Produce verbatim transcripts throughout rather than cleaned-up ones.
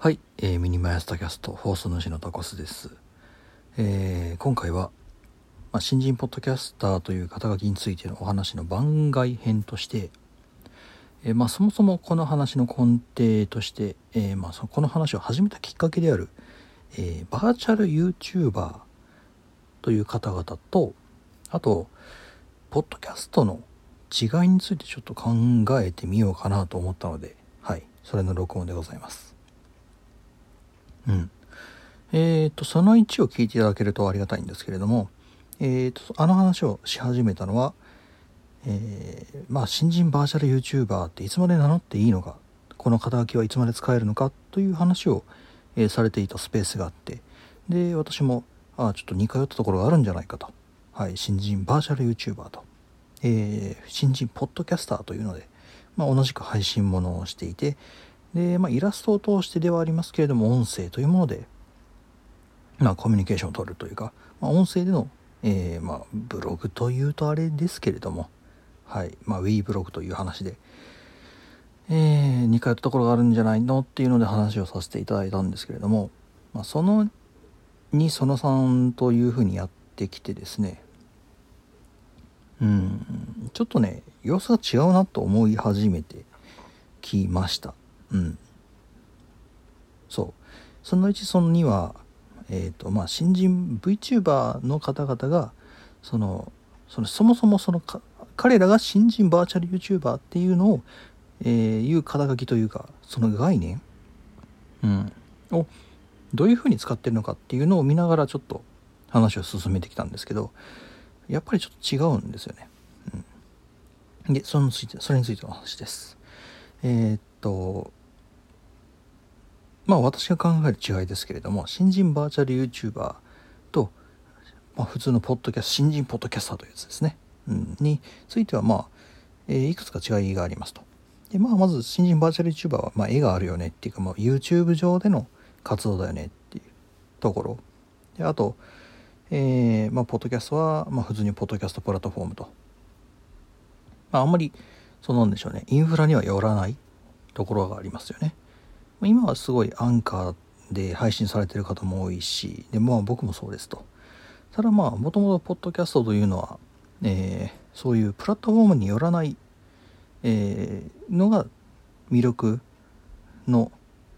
はい、えー、ミニマイスタキャスト放送主のタコスです。えー、今回は、まあ、新人ポッドキャスターという肩書きについてのお話の番外編として、えーまあ、そもそもこの話の根底として、えーまあ、そのこの話を始めたきっかけである、えー、バーチャル YouTuber という方々と、あとポッドキャストの違いについてちょっと考えてみようかなと思ったので、はい、それの録音でございます。うん。えーと、そのいちを聞いていただけるとありがたいんですけれども、えーと、あの話をし始めたのは、えー、まあ、新人バーチャル YouTuber っていつまで名乗っていいのか、この肩書きはいつまで使えるのかという話を、えー、されていたスペースがあって、で、私も、あちょっと似通ったところがあるんじゃないかと。はい、新人バーチャル YouTuber と、えー、新人ポッドキャスターというので、まあ、同じく配信ものをしていて、で、まあ、イラストを通してではありますけれども、音声というもので、まあ、コミュニケーションを取るというか、まあ、音声での、えー、まあ、ブログというとあれですけれども、はい、まあ、Wii ブログという話で、えー、似通ったところがあるんじゃないのっていうので話をさせていただいたんですけれども、まあ、そのにそのさんというふうにやってきてですね、うん、ちょっとね、様子が違うなと思い始めてきました。うん。そう。そのいち、そのには、えーとまあ、新人 VTuber の方々がそのそのそもそもそのか彼らが新人バーチャル YouTuber っていうのを、えー、いう肩書きというかその概念、うん、をどういうふうに使ってるのかっていうのを見ながらちょっと話を進めてきたんですけど、やっぱりちょっと違うんですよね。うん、でそのついてそれについての話です。えー、っとまあ私が考える違いですけれども、新人バーチャル YouTuber と、まあ、普通のポッドキャスト、新人ポッドキャスターというやつですね、うん、についてはまあ、えー、いくつか違いがありますと。で、まあ、まず新人バーチャル YouTuber はまあ絵があるよねっていうか、まあ、YouTube 上での活動だよねっていうところで、あと、えーまあ、ポッドキャストはまあ普通にポッドキャストプラットフォームと、まあ、あんまりそうなんでしょうね、インフラにはよらないところがありますよね。今はすごいアンカーで配信されている方も多いし、で、まあ僕もそうですと。ただまあもともとポッドキャストというのは、えー、そういうプラットフォームによらない、えー、のが魅力の、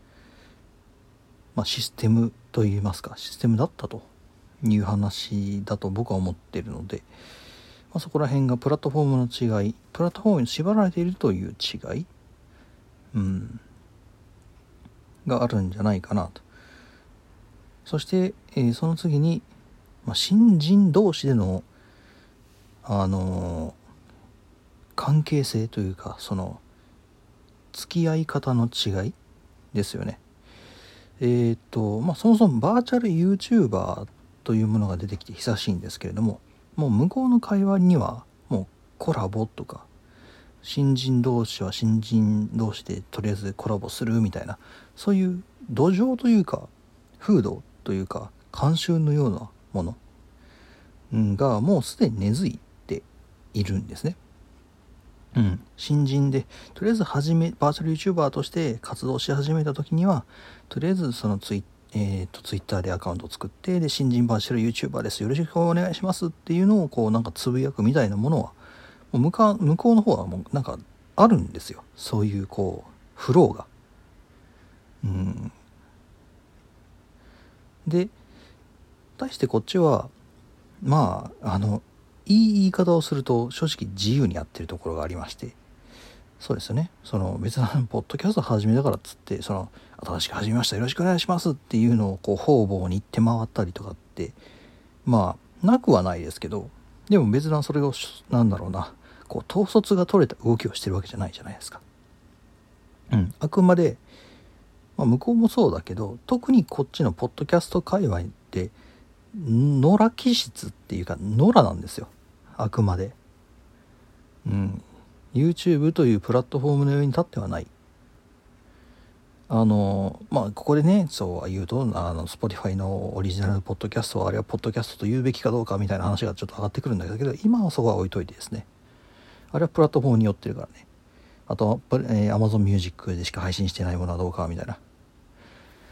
まあ、システムといいますか、システムだったという話だと僕は思っているので、まあ、そこら辺がプラットフォームの違い、プラットフォームに縛られているという違い、うん、があるんじゃないかなと。そして、えー、その次に、まあ、新人同士でのあのー、関係性というか、その付き合い方の違いですよね。えー、っとまあそもそもバーチャル YouTuber というものが出てきて久しいんですけれども、もう向こうの会話にはもうコラボとか、新人同士は新人同士でとりあえずコラボするみたいな、そういう土壌というか風土というか慣習のようなものがもうすでに根付いているんですね。うん、新人でとりあえず始めバーチャル YouTuber として活動し始めた時にはとりあえずそのツイ,、えー、とツイッターでアカウントを作って、で新人バーチャル YouTuber ですよろしくお願いしますっていうのをこうなんかつぶやくみたいなものはもう向か向こうの方はもうなんかあるんですよ、そういうこうフローが。うん、で対してこっちはまああのいい言い方をすると正直自由にやってるところがありまして、そうですよね、その別にポッドキャスト始めたからっつってその新しく始めましたよろしくお願いしますっていうのをこう方々に言って回ったりとかってまあなくはないですけど、でも別にそれをなんだろうな、こう統率が取れた動きをしてるわけじゃないじゃないですか。うん、あくまで、まあ、向こうもそうだけど特にこっちのポッドキャスト界隈って野良気質っていうか野良なんですよ、あくまで。うん、YouTube というプラットフォームの上に立ってはない。あのまあここでねそうは言うとあの Spotify のオリジナルポッドキャストはあれはポッドキャストと言うべきかどうかみたいな話がちょっと上がってくるんだけど、今はそこは置いといてですね、あれはプラットフォームによってるからね。あと、えー、Amazon Music でしか配信してないものはどうかみたいな、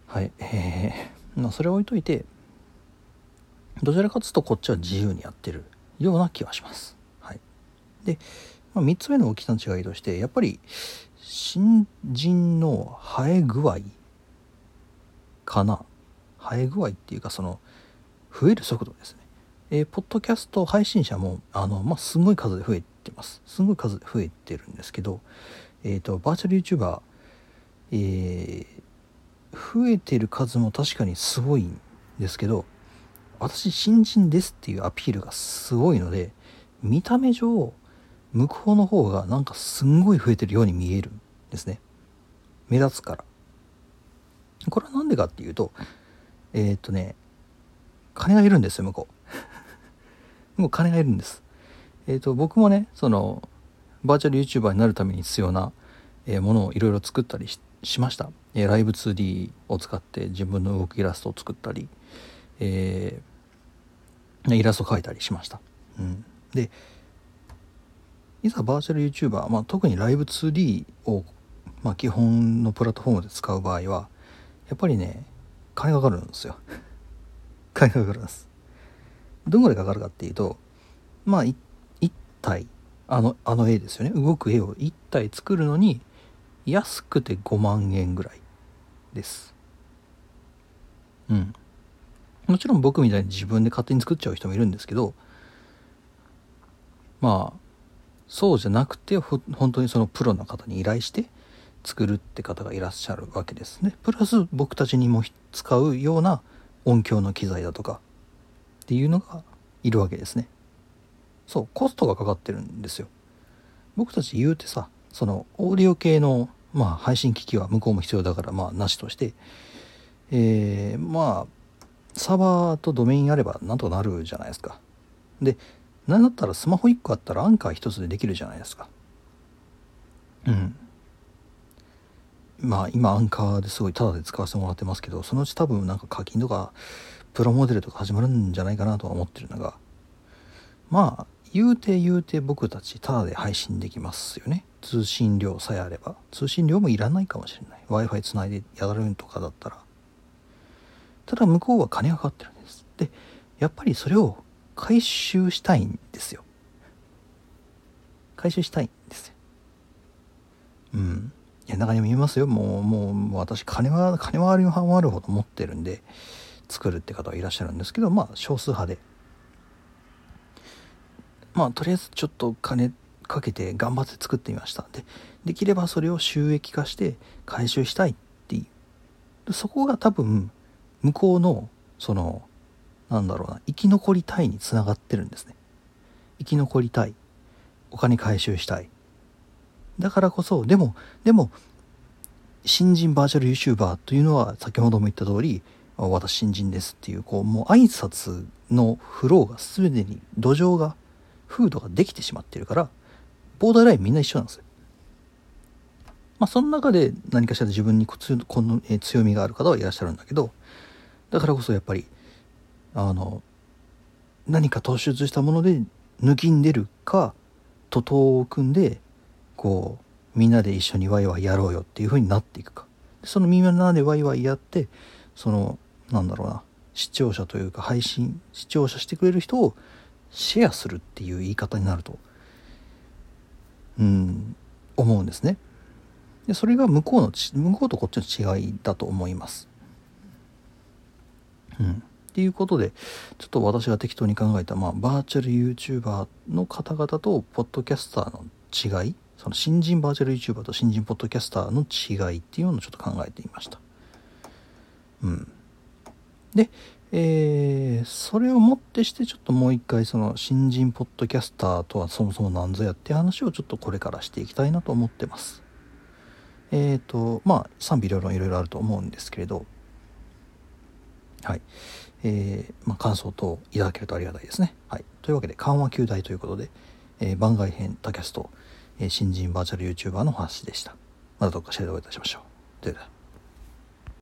はい、えー、まあそれを置いといて、どちらかというとこっちは自由にやってるような気はします。はい。で、まあ、みっつめの大きな違いとして、やっぱり新人の生え具合かな。生え具合っていうか、その増える速度ですね。えー、ポッドキャスト配信者もあの、まあ、すごい数で増えてます。すごい数で増えてるんですけど、えーと、バーチャル YouTuber、えー、増えてる数も確かにすごいんですけど、私新人ですっていうアピールがすごいので、見た目上向こうの方がなんかすんごい増えてるように見えるんですね。目立つから。これはなんでかっていうと、えー、っとね金がいるんですよ、向こう。もう金がいるんです。えー、っと僕もね、そのバーチャル YouTuber になるために必要な、えー、ものをいろいろ作ったり し, しました。えー、ライブ ツーディー を使って自分の動くイラストを作ったり、えー、イラスト描いたりしました。うん、でいざバーチャル YouTuber、まあ、特にライブ ツーディー を、まあ、基本のプラットフォームで使う場合はやっぱりね金がかかるんですよ。金がかかるんです。どんぐらいかかるかっていうと、まあ一体あのあの絵ですよね、動く絵を一体作るのに安くてごまんえんぐらいです。うん。もちろん僕みたいに自分で勝手に作っちゃう人もいるんですけど、まあそうじゃなくてほ本当にそのプロの方に依頼して作るって方がいらっしゃるわけですね。プラス僕たちにも使うような音響の機材だとかっていうのがいるわけですね。そう、コストがかかってるんですよ。僕たち言うてさ、そのオーディオ系の、まあ、配信機器は向こうも必要だからまあなしとして、えー、まあサーバーとドメインあればなんとかなるじゃないですか。で、なんだったらスマホいっこあったらアンカーひとつでできるじゃないですか。うん。まあ今アンカーですごいタダで使わせてもらってますけど、そのうち多分なんか課金とかプロモデルとか始まるんじゃないかなとは思ってるのが、まあ言うて言うて僕たちタダで配信できますよね。通信料さえあれば。通信料もいらないかもしれない。Wi-Fi つないでやるとかだったら。ただ向こうは金がかかってるんです。で、やっぱりそれを回収したいんですよ。回収したいんですよ。うん。いや、中にも見えますよ。もう、もう、もう私、金は、金はあるよ、あるほど持ってるんで、作るって方はいらっしゃるんですけど、まあ、少数派で。まあ、とりあえずちょっと金かけて頑張って作ってみました。で、できればそれを収益化して回収したいっていう。そこが多分、向こうの、その、なんだろうな、生き残りたいにつながってるんですね。生き残りたい。お金回収したい。だからこそ、でも、でも、新人バーチャル YouTuber というのは、先ほども言った通り、私新人ですっていう、こう、もう挨拶のフローがすでに土壌が、風土ができてしまっているから、ボーダーラインみんな一緒なんですよ。まあ、その中で何かしら自分にこの強みがある方はいらっしゃるんだけど、だからこそやっぱり、あの、何か突出したもので抜きんでるか、徒党を組んで、こうみんなで一緒にワイワイやろうよっていう風になっていくか。そのみんなでワイワイやって、そのなんだろうな、視聴者というか配信視聴者してくれる人をシェアするっていう言い方になるとうん思うんですね。でそれが向こうの向こうとこっちの違いだと思います。うんっていうことで、ちょっと私が適当に考えた、まあ、バーチャル YouTuber の方々とポッドキャスターの違い、その新人バーチャル YouTuber と新人ポッドキャスターの違いっていうのをちょっと考えてみました。うん。で、えー、それをもってしてちょっともう一回その新人ポッドキャスターとはそもそも何ぞやっていう話をちょっとこれからしていきたいなと思ってます。えーと、まあ賛否両論いろいろあると思うんですけれど、はい。えーまあ、感想等いただけるとありがたいですね。はい。というわけで、緩和球大ということで、えー、番外編タキャスト、えー、新人バーチャル YouTuber の話でした。またどっかしらでお会いいたしましょう。では。